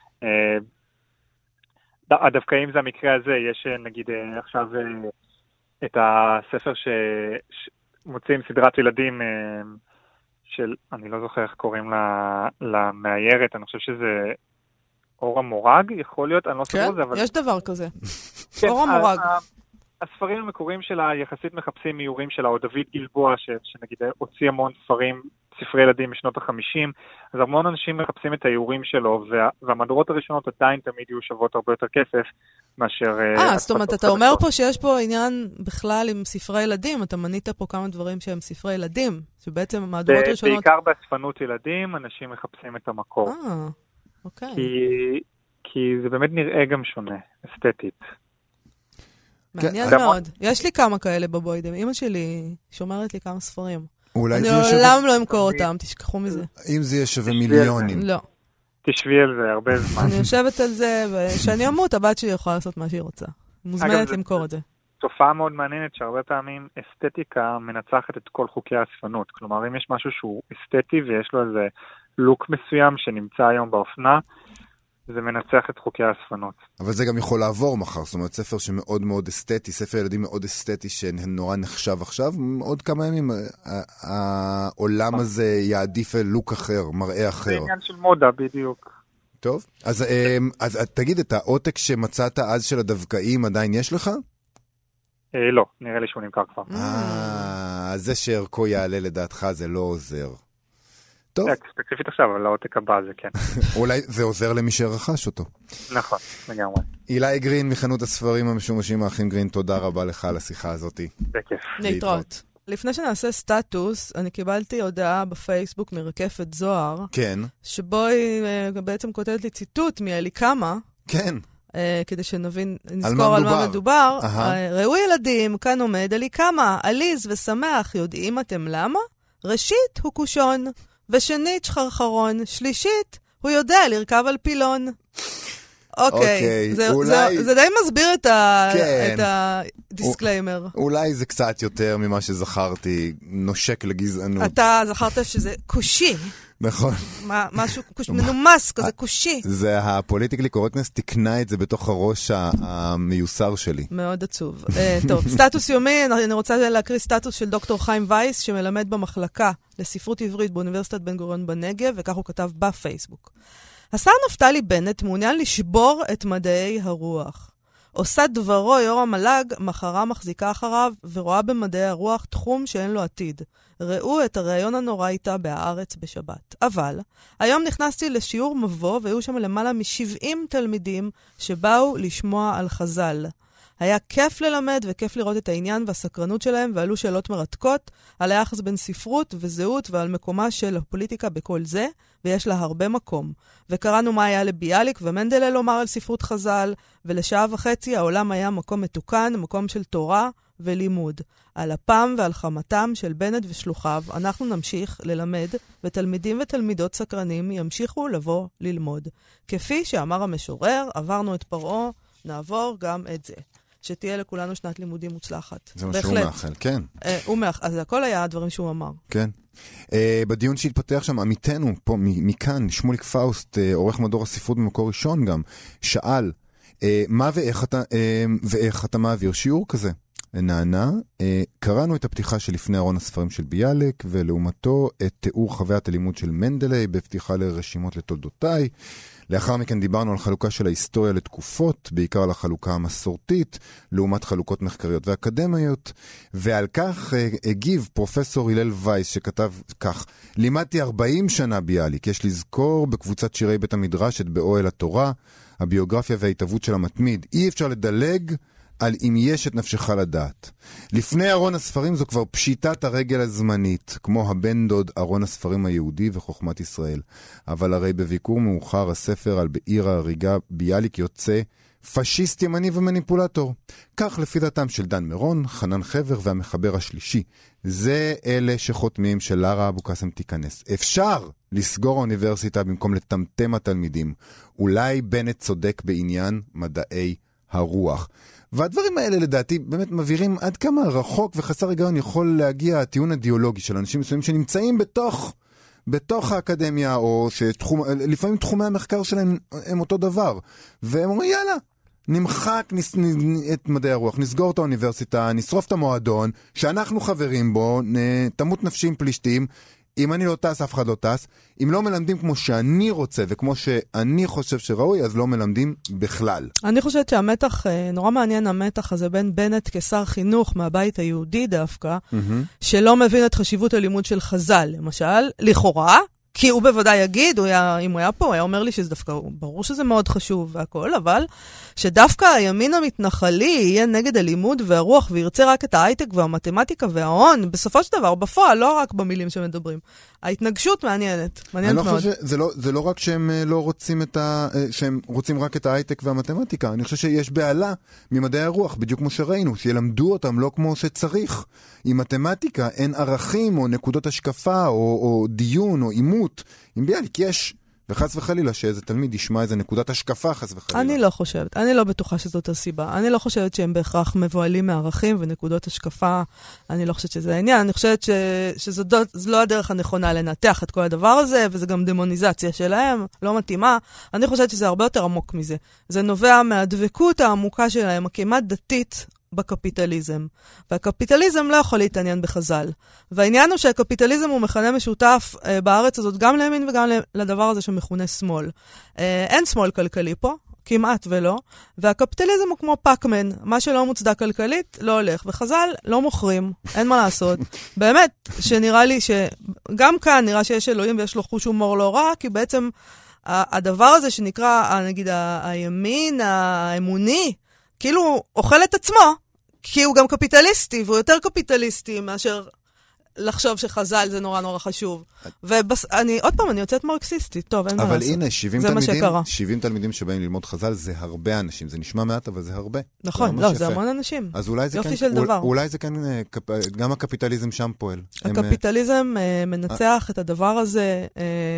דווקא אם זה המקרה הזה, יש נגיד עכשיו... את הספר שמוצאים סדרת ילדים של, אני לא זוכר איך קוראים למאיירת, אני חושב שזה אור המורג, יכול להיות, אני לא סבור זה, אבל... יש דבר כזה. אור המורג. הספרים המקוריים שלה יחסית מחפשים איורים שלה, או דוד גלבוע, שנגיד הוציא המון ספרים, ספרי ילדים משנות החמישים, אז המון אנשים מחפשים את האיורים שלו, והמהדורות הראשונות עדיין תמיד יהיו שוות הרבה יותר כסף, מאשר... אה, זאת אומרת, אתה אומר פה שיש פה עניין בכלל עם ספרי ילדים, אתה מנית פה כמה דברים שהם ספרי ילדים, שבעצם המהדורות ראשונות... בעיקר באספנות ילדים, אנשים מחפשים את המקור. אה, אוקיי. כי זה באמת נראה גם שונה, אסתטית. מעניין מאוד. יש לי כמה כאלה בבוידם. אמא שלי שומרת לי כמה ספרים. אני לעולם לא אמכור אותם, תשכחו מזה. אם זה יהיה שווה מיליונים. לא. תשבי על זה הרבה זמן. אני יושבת על זה, ושאני אמות, הבת שלי יכולה לעשות מה שהיא רוצה. מוזמנת למכור את זה. תופעה מאוד מעניינת שהרבה פעמים אסתטיקה מנצחת את כל חוקי האספנות. כלומר, אם יש משהו שהוא אסתטי ויש לו איזה לוק מסוים שנמצא היום באופנה, זה מנצח את חוקי האספנות. אבל זה גם יכול לעבור מחר, זאת אומרת, ספר שמאוד מאוד אסתטי, ספר ילדים מאוד אסתטי שנורא נחשב עכשיו, עוד כמה ימים העולם הזה יעדיף לוק אחר, מראה אחר. זה עניין של מודה, בדיוק. טוב, אז, אז תגיד, את העותק שמצאת אז של הדווקאים עדיין יש לך? לא, נראה לי שהוא נמכר כבר. אה, זה שערכו יעלה לדעתך זה לא עוזר. טוב. ספציפית עכשיו, אבל לעותק הבא זה כן. אולי זה עוזר למי שרכש אותו. נכון, לגמרי. אילי גרין מחנות הספרים המשומשים האחים גרין, תודה רבה לך על השיחה הזאת. בכיף. להתראות. לפני שנעשה סטטוס, אני קיבלתי הודעה בפייסבוק מרקפת זוהר. כן. שבו היא בעצם כותבת לי ציטוט מאליקמה. כן. כדי שנבין, נזכור על מה מדובר. ראו ילדים, כאן עומד אליקמה, עליז ושמח, יודעים אתם למה? ראשית הוא קושון. ושנית שחרחרון, שלישית, הוא יודע לרכב על פילון. אוקיי, זה די מסביר את הדיסקליימר. אולי זה קצת יותר ממה שזכרתי, נושק לגזענות. אתה זכרת שזה קושי. נכון. משהו מנומס, כזה קושי. זה הפוליטיקלי קורקטנס תקנה את זה בתוך הראש המיוסר שלי. מאוד עצוב. טוב, סטטוס יומי, אני רוצה להקריא סטטוס של דוקטור חיים וייס, שמלמד במחלקה לספרות עברית באוניברסיטת בן גוריון בנגב, וכך הוא כתב בפייסבוק. השר נפתלי בנט מעוניין לשבור את מדעי הרוח. עושה דברו יו"ר המל"ג, מחרה מחזיקה אחריו, ורואה במדעי הרוח תחום שאין לו עתיד. ראו את הרעיון הנורא איתה בהארץ בשבת. אבל, היום נכנסתי לשיעור מבוא, והיו שם למעלה מ-שבעים תלמידים שבאו לשמוע על חז"ל. היה כיף ללמד וכיף לראות את העניין והסקרנות שלהם, ועלו שאלות מרתקות על היחס בין ספרות וזהות ועל מקומה של הפוליטיקה בכל זה, ויש לה הרבה מקום. וקראנו מה היה לביאליק ומנדלה לומר על ספרות חז"ל, ולשעה וחצי העולם היה מקום מתוקן, מקום של תורה ולימוד. על אפם ועל חמתם של בנט ושלוחיו, אנחנו נמשיך ללמד, ותלמידים ותלמידות סקרנים ימשיכו לבוא ללמוד. כפי שאמר המשורר, עברנו את פרעה, נעבור גם את זה. שתהיה לכולנו שנת לימודים מוצלחת. זה מה שהוא מאחל, כן. הוא מאחל, אז הכל היה הדברים שהוא אמר. כן. בדיון שהתפתח שם, עמיתנו פה מכאן, שמוליק פאוסט, עורך מדור הספרות במקור ראשון גם, שאל, מה ואיך אתה, ואיך אתה מעביר שיעור כזה? נענה, קראנו את הפתיחה שלפני ארון הספרים של ביאליק, ולעומתו את תיאור חוויית הלימוד של מנדלי, בפתיחה לרשימות לתולדותיי. לאחר מכן דיברנו על חלוקה של ההיסטוריה לתקופות, בעיקר על החלוקה המסורתית, לעומת חלוקות מחקריות ואקדמיות, ועל כך הגיב פרופסור הלל וייס, שכתב כך, לימדתי ארבעים שנה ביאליק, יש לזכור בקבוצת שירי בית המדרש את באוהל התורה, הביוגרפיה וההתאבות של המתמיד, אי אפשר לדלג על אם יש את נפשך לדעת. לפני ארון הספרים זו כבר פשיטת הרגל הזמנית, כמו הבן דוד ארון הספרים היהודי וחוכמת ישראל. אבל הרי בביקור מאוחר הספר על בעיר ההריגה ביאליק יוצא פשיסט ימני ומניפולטור. כך לפי דעתם של דן מירון, חנן חבר והמחבר השלישי. זה אלה שחותמים שלרה אבו קאסם תיכנס. אפשר לסגור האוניברסיטה במקום לטמטם התלמידים. אולי בנט צודק בעניין מדעי הרוח. והדברים האלה לדעתי באמת מבהירים עד כמה רחוק וחסר היגיון יכול להגיע הטיעון הדיאולוגי של אנשים מסוימים שנמצאים בתוך, בתוך האקדמיה, או שתחום, לפעמים תחומי המחקר שלהם הם אותו דבר. והם אומרים, יאללה, נמחק נס, נ, את מדעי הרוח, נסגור את האוניברסיטה, נשרוף את המועדון, שאנחנו חברים בו, נ, תמות נפשי עם פלישתים, אם אני לא טס, אף אחד לא טס. אם לא מלמדים כמו שאני רוצה וכמו שאני חושב שראוי, אז לא מלמדים בכלל. אני חושבת שהמתח, נורא מעניין המתח הזה בין בנט כשר חינוך מהבית היהודי דווקא, mm-hmm. שלא מבין את חשיבות הלימוד של חז"ל, למשל, לכאורה, כי הוא בוודאי יגיד, הוא היה, אם הוא היה פה, הוא היה אומר לי שזה דווקא, ברור שזה מאוד חשוב והכל, אבל שדווקא הימין המתנחלי יהיה נגד הלימוד והרוח, וירצה רק את ההייטק והמתמטיקה וההון, בסופו של דבר, בפועל, לא רק במילים שמדברים. ההתנגשות מעניינת, מעניינת מאוד. אני לא חושב, זה לא, זה לא רק שהם לא רוצים את ה, שהם רוצים רק את ההייטק והמתמטיקה, אני חושב שיש בעלה ממדעי הרוח, בדיוק כמו שראינו, שילמדו אותם לא כמו שצריך. עם מתמטיקה אין ערכים או נקודות השקפה או, או דיון או אימות. עם ביאליק יש, וחס וחלילה שאיזה תלמיד ישמע איזה נקודת השקפה חס וחלילה. אני לא חושבת, אני לא בטוחה שזאת הסיבה. אני לא חושבת שהם בהכרח מבועלים מערכים ונקודות השקפה. אני לא חושבת שזה העניין. אני חושבת ש... שזו לא הדרך הנכונה לנתח את כל הדבר הזה, וזה גם דמוניזציה שלהם, לא מתאימה. אני חושבת שזה הרבה יותר עמוק מזה. זה נובע מהדבקות העמוקה שלהם, הכמעט דתית, בקפיטליזם. והקפיטליזם לא יכול להתעניין בחז"ל. והעניין הוא שהקפיטליזם הוא מכנה משותף אה, בארץ הזאת גם לימין וגם לדבר הזה שמכונה שמאל. אה, אין שמאל כלכלי פה, כמעט ולא, והקפיטליזם הוא כמו פאקמן, מה שלא מוצדק כלכלית לא הולך, וחז"ל לא מוכרים, אין מה לעשות. באמת, שנראה לי שגם כאן נראה שיש אלוהים ויש לו חוש הומור לא רע, כי בעצם הדבר הזה שנקרא, נגיד, הימין האמוני, כאילו אוכל את עצמו, כי הוא גם קפיטליסטי, והוא יותר קפיטליסטי מאשר לחשוב שחז"ל זה נורא נורא חשוב. ואני, עוד פעם, אני יוצאת מרקסיסטית, טוב, אין מה לעשות. אבל הנה, שבעים תלמידים, שבעים תלמידים שבאים ללמוד חז"ל, זה הרבה אנשים. זה נשמע מעט, אבל זה הרבה. נכון, לא, זה המון אנשים. אז אולי זה יופי של דבר. אולי זה כאן, גם הקפיטליזם שם פועל. הקפיטליזם מנצח את הדבר הזה,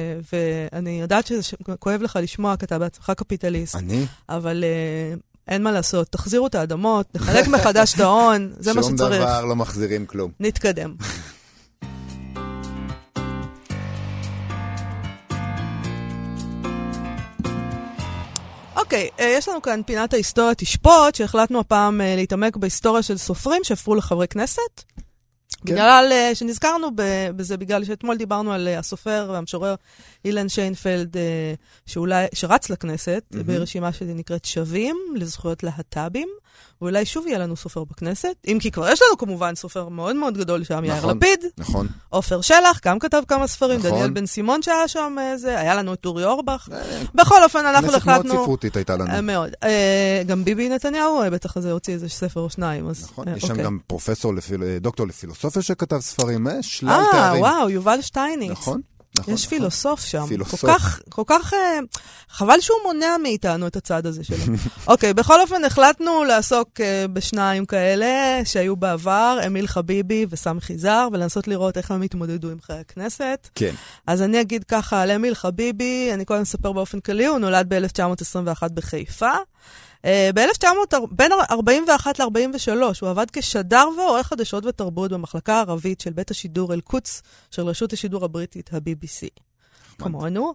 ואני יודעת שכואב לך לשמוע, כי אתה בעצמך קפיטליסט. אני? אבל אין מה לעשות, תחזירו את האדמות, נחלק מחדש את ההון, זה מה שצריך. שום דבר לא מחזירים כלום. נתקדם. אוקיי, יש לנו כאן פינת ההיסטוריה תשפוט, שהחלטנו הפעם להתעמק בהיסטוריה של סופרים שהפכו לחברי כנסת. בגלל שנזכרנו בזה, בגלל שאתמול דיברנו על הסופר והמשורר אילן שיינפלד, שאולי, שרץ לכנסת, ברשימה שלי נקראת שווים, לזכויות להט"בים, ואולי שוב יהיה לנו סופר בכנסת, אם כי כבר יש לנו כמובן סופר מאוד מאוד גדול שם, יאיר לפיד, נכון. עופר שלח, גם כתב כמה ספרים, דניאל בן סימון שהיה שם, היה לנו את אורי אורבך, בכל אופן אנחנו החלטנו... כנסת מאוד ספרותית הייתה לנו. מאוד. גם ביבי נתניהו, בטח הזה הוציא איזה ספר או שניים. נכון, יש שם גם פרופסור, דוקטור לפילוסופיה שכתב ספרים, שלל תארים. אה, וואו, יובל שטייניץ. נכון. נכון, יש נכון. פילוסוף שם. פילוסוף. כל כך, כל כך, חבל שהוא מונע מאיתנו את הצד הזה שלו. אוקיי, בכל אופן החלטנו לעסוק בשניים כאלה שהיו בעבר, אמיל חביבי וסמי חיזר, ולנסות לראות איך הם התמודדו עם חיי הכנסת. כן. אז אני אגיד ככה על אמיל חביבי, אני קודם אספר באופן כללי, הוא נולד ב-אלף תשע מאות עשרים ואחת בחיפה. בין ארבעים ואחת ל-ארבעים ושלוש הוא עבד כשדר ועורך חדשות ותרבות במחלקה הערבית של בית השידור אל-קודס של רשות השידור הבריטית, ה-בי בי סי. כמונו.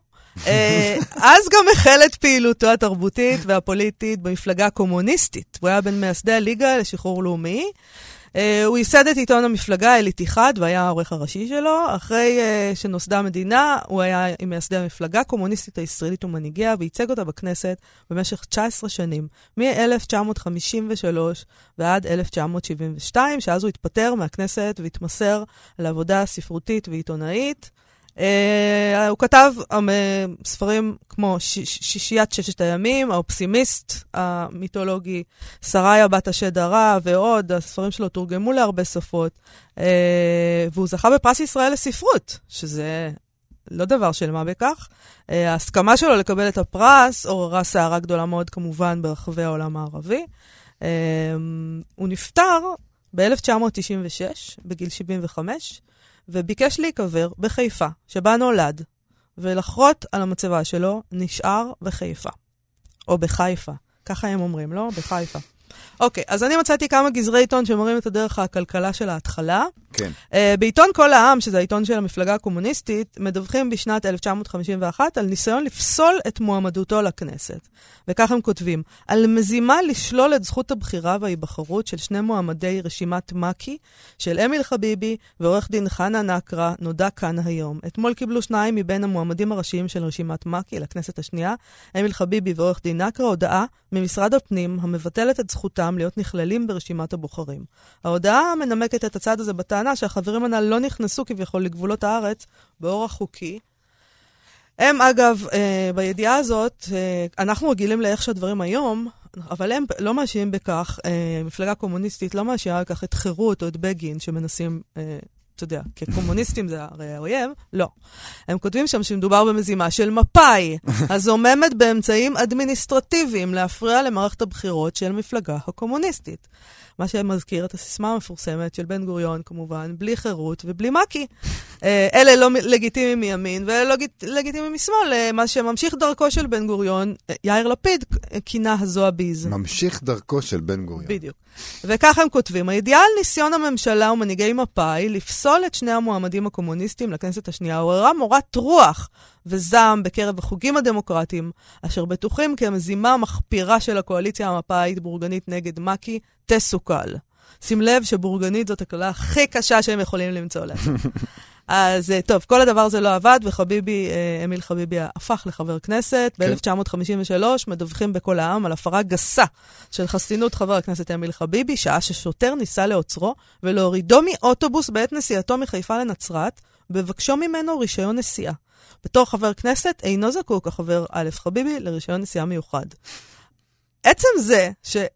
אז גם החל את פעילותו התרבותית והפוליטית במפלגה הקומוניסטית. הוא היה בין מייסדי הליגה לשחרור לאומי. הוא ייסד את עיתון המפלגה אל-איתיחאד והיה העורך הראשי שלו. אחרי שנוסדה המדינה, הוא היה עם מייסדי המפלגה הקומוניסטית הישראלית ומנהיגיה, וייצג אותה בכנסת במשך תשע עשרה שנים, מ-אלף תשע מאות חמישים ושלוש ועד אלף תשע מאות שבעים ושתיים, שאז הוא התפטר מהכנסת והתמסר לעבודה ספרותית ועיתונאית. Uh, הוא כתב um, ספרים כמו ש- ש- שישיית ששת הימים, האופסימיסט המיתולוגי, שריה בת השד הרע ועוד. הספרים שלו תורגמו להרבה שפות, uh, והוא זכה בפרס ישראל לספרות, שזה לא דבר של מה בכך. Uh, ההסכמה שלו לקבל את הפרס עוררה סערה גדולה מאוד כמובן ברחבי העולם הערבי. Uh, הוא נפטר ב-אלף תשע מאות תשעים ושש בגיל שבעים וחמש, וביקש להיקבר בחיפה, שבה נולד, ולחרות על המצבה שלו נשאר בחיפה. או בחיפה. ככה הם אומרים, לא? בחיפה. אוקיי, אז אני מצאתי כמה גזרי עיתון שמראים את הדרך הכלכלה של ההתחלה. כן. Uh, בעיתון כל העם, שזה העיתון של המפלגה הקומוניסטית, מדווחים בשנת אלף תשע מאות חמישים ואחת על ניסיון לפסול את מועמדותו לכנסת. וכך הם כותבים, על מזימה לשלול את זכות הבחירה וההיבחרות של שני מועמדי רשימת מקי, של אמיל חביבי ועורך דין חנה נקרה, נודע כאן היום. אתמול קיבלו שניים מבין המועמדים הראשיים של רשימת מקי לכנסת השנייה, אמיל חביבי ועורך דין נקרה, הודעה ממשרד הפנים המבטלת את זכותם להיות נכללים ברשימת הבוחרים. ההודעה מנמקת את הצעד הזה בטענה שהחברים הנ"ל לא נכנסו כביכול לגבולות הארץ באורח חוקי. הם אגב, אה, בידיעה הזאת, אה, אנחנו רגילים לאיך שהדברים היום, אבל הם לא מאשימים בכך, אה, מפלגה קומוניסטית לא מאשימה בכך את חירות או את בגין שמנסים, אה, אתה יודע, כקומוניסטים זה הרי האויב, לא. הם כותבים שם שמדובר במזימה של מפאי, הזוממת באמצעים אדמיניסטרטיביים להפריע למערכת הבחירות של מפלגה הקומוניסטית. מה שמזכיר את הסיסמה המפורסמת של בן גוריון, כמובן, בלי חירות ובלי מקי. אלה לא לגיטימיים מימין ואלה לא לגיטימיים משמאל, מה שממשיך דרכו של בן גוריון, יאיר לפיד כינה הזועביז. ממשיך דרכו של בן גוריון. בדיוק. וכך הם כותבים, הידיעה על ניסיון הממשלה ומנהיגי מפאי לפסול את שני המועמדים הקומוניסטים לכנסת השנייה, עוררה מורת רוח וזעם בקרב החוגים הדמוקרטיים, אשר בטוחים כי המזימה המחפירה של הקואליציה המפאית בורגנית נגד מקי תסוקל. שים לב שבורגנית זאת הכללה הכי קשה שהם יכולים למצוא לה. אז טוב, כל הדבר הזה לא עבד, וחביבי, אמיל חביבי הפך לחבר כנסת. ב-אלף תשע מאות חמישים ושלוש מדווחים בכל העם על הפרה גסה של חסינות חבר הכנסת אמיל חביבי, שעה ששוטר ניסה לעוצרו ולהורידו מאוטובוס בעת נסיעתו מחיפה לנצרת, בבקשו ממנו רישיון נסיעה. בתור חבר כנסת אינו זקוק החבר א' חביבי לרישיון נסיעה מיוחד. עצם זה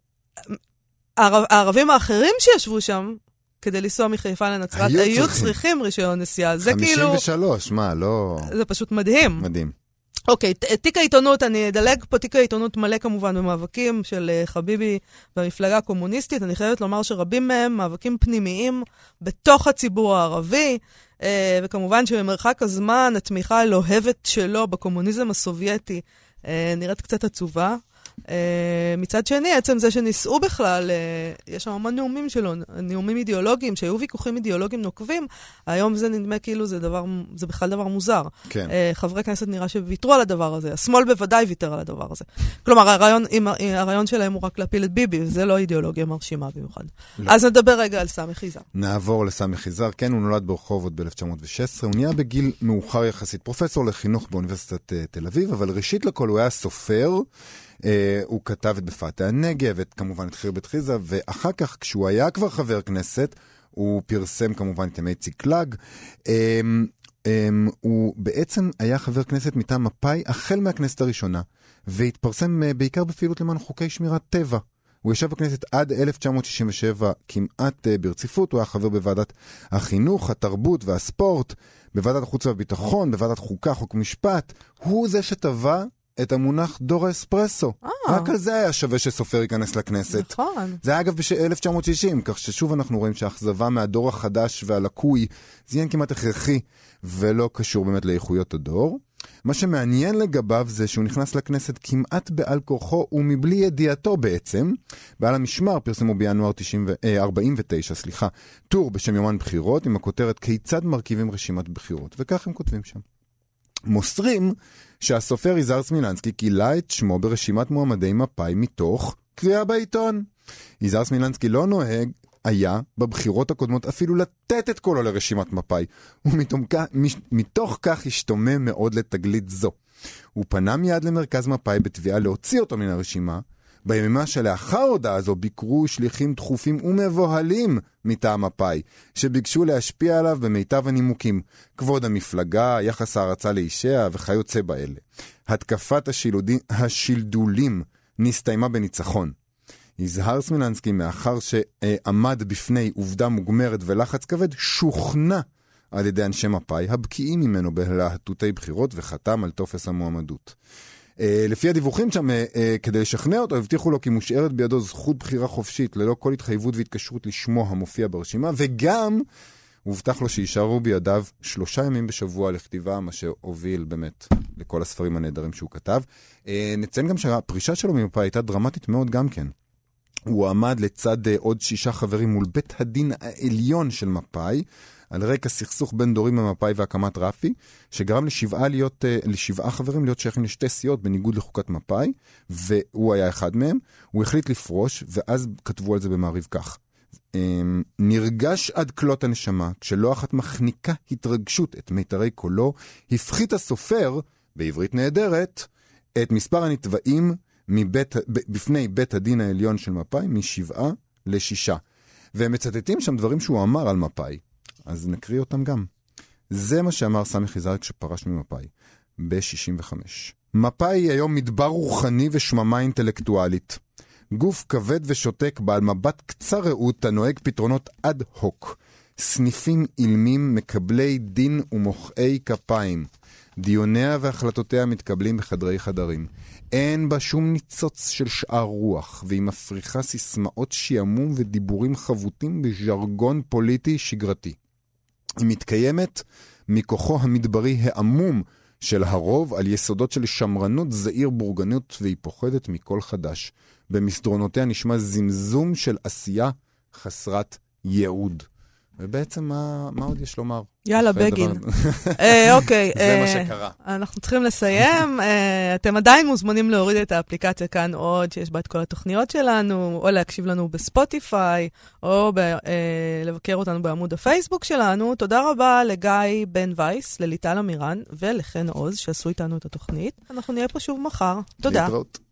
שהערבים האחרים שישבו שם, כדי לנסוע מחיפה לנצרת, היו, היו צריכים. צריכים רישיון נסיעה. זה כאילו... חמישים ושלוש, מה, לא... זה פשוט מדהים. מדהים. אוקיי, תיק העיתונות, אני אדלג פה, תיק העיתונות מלא כמובן במאבקים של חביבי והמפלגה הקומוניסטית. אני חייבת לומר שרבים מהם מאבקים פנימיים בתוך הציבור הערבי, וכמובן שבמרחק הזמן התמיכה הלוהבת שלו בקומוניזם הסובייטי נראית קצת עצובה. Uh, מצד שני, עצם זה שניסעו בכלל, uh, יש שם המון נאומים שלו, נאומים אידיאולוגיים, שהיו ויכוחים אידיאולוגיים נוקבים, היום זה נדמה כאילו זה דבר, זה בכלל דבר מוזר. כן. Uh, חברי כנסת נראה שוויתרו על הדבר הזה, השמאל בוודאי ויתר על הדבר הזה. כלומר, הרעיון, הרעיון שלהם הוא רק להפיל את ביבי, וזה לא אידיאולוגיה מרשימה במיוחד. לא. אז נדבר רגע על סמי חיזר. נעבור לסמי חיזר, כן, הוא נולד ברחובות ב-אלף תשע מאות ושש עשרה, הוא נהיה בגיל מאוחר יחסית, פרופסור לחינוך באוניברסיטת תל אביב, אבל ראשית לכל הוא היה סופר, Uh, הוא כתב את בפאתי הנגב, את כמובן את חירבת חיזה, ואחר כך כשהוא היה כבר חבר כנסת, הוא פרסם כמובן את ימי ציקלג, um, um, הוא בעצם היה חבר כנסת מטעם מפאי החל מהכנסת הראשונה, והתפרסם uh, בעיקר בפעילות למען חוקי שמירת טבע. הוא ישב בכנסת עד אלף תשע מאות שישים ושבע כמעט uh, ברציפות, הוא היה חבר בוועדת החינוך, התרבות והספורט, בוועדת החוץ והביטחון, בוועדת חוקה, חוק משפט, הוא זה שטבע את המונח דור האספרסו. Oh. רק על זה היה שווה שסופר ייכנס לכנסת. נכון. זה היה אגב ב-אלף תשע מאות שישים, כך ששוב אנחנו רואים שהאכזבה מהדור החדש והלקוי, זה עניין כמעט הכרחי ולא קשור באמת לאיכויות הדור. מה שמעניין לגביו זה שהוא נכנס לכנסת כמעט בעל כורחו ומבלי ידיעתו בעצם. בעל המשמר פרסמו בינואר ארבעים ותשע, סליחה, טור בשם יומן בחירות עם הכותרת כיצד מרכיבים רשימת בחירות, וכך הם כותבים שם. מוסרים שהסופר יזהר סמילנסקי קילה את שמו ברשימת מועמדי מפאי מתוך קריאה בעיתון. יזהר סמילנסקי לא נוהג היה בבחירות הקודמות אפילו לתת את קולו לרשימת מפאי, ומתוך כך השתומם מאוד לתגלית זו. הוא פנה מיד למרכז מפאי בתביעה להוציא אותו מן הרשימה. בימימה שלאחר הודעה זו ביקרו שליחים דחופים ומבוהלים מטעם מפאי, שביקשו להשפיע עליו במיטב הנימוקים, כבוד המפלגה, יחס הערצה לאישיה וכיוצא באלה. התקפת השילודים, השלדולים נסתיימה בניצחון. יזהר סמילנסקי, מאחר שעמד בפני עובדה מוגמרת ולחץ כבד, שוכנע על ידי אנשי מפאי, הבקיעים ממנו בהלהטותי בחירות, וחתם על טופס המועמדות. לפי הדיווחים שם, כדי לשכנע אותו, הבטיחו לו כי מושארת בידו זכות בחירה חופשית, ללא כל התחייבות והתקשרות לשמו המופיע ברשימה, וגם הובטח לו שישארו בידיו שלושה ימים בשבוע לכתיבה, מה שהוביל באמת לכל הספרים הנהדרים שהוא כתב. נציין גם שהפרישה שלו ממפאי הייתה דרמטית מאוד גם כן. הוא עמד לצד עוד שישה חברים מול בית הדין העליון של מפאי, על רקע סכסוך בין דורים במפאי והקמת רפי, שגרם לשבעה, להיות, לשבעה חברים להיות שייכים לשתי סיעות בניגוד לחוקת מפאי, והוא היה אחד מהם. הוא החליט לפרוש, ואז כתבו על זה במעריב כך. נרגש עד כלות הנשמה, כשלא אחת מחניקה התרגשות את מיתרי קולו, הפחית הסופר, בעברית נהדרת, את מספר הנתבעים מבית, בפני בית הדין העליון של מפאי משבעה לשישה. והם מצטטים שם דברים שהוא אמר על מפאי. אז נקריא אותם גם. זה מה שאמר סמי חיזר כשפרש ממפאי, ב-שישים וחמש. מפאי היא היום מדבר רוחני ושממה אינטלקטואלית. גוף כבד ושותק בעל מבט קצר ראות הנוהג פתרונות אד הוק. סניפים אילמים מקבלי דין ומוחאי כפיים. דיוניה והחלטותיה מתקבלים בחדרי חדרים. אין בה שום ניצוץ של שאר רוח, והיא מפריחה סיסמאות שיעמום ודיבורים חבוטים בז'רגון פוליטי שגרתי. היא מתקיימת מכוחו המדברי העמום של הרוב על יסודות של שמרנות, זעיר, בורגנות, והיא פוחדת מכל חדש. במסדרונותיה נשמע זמזום של עשייה חסרת ייעוד. ובעצם מה, מה עוד יש לומר? יאללה, בגין. אוקיי. זה מה שקרה. אנחנו צריכים לסיים. אתם עדיין מוזמנים להוריד את האפליקציה כאן עוד, שיש בה את כל התוכניות שלנו, או להקשיב לנו בספוטיפיי, או לבקר אותנו בעמוד הפייסבוק שלנו. תודה רבה לגיא בן וייס, לליטל אמירן, ולחן עוז, שעשו איתנו את התוכנית. אנחנו נהיה פה שוב מחר. תודה. להתראות.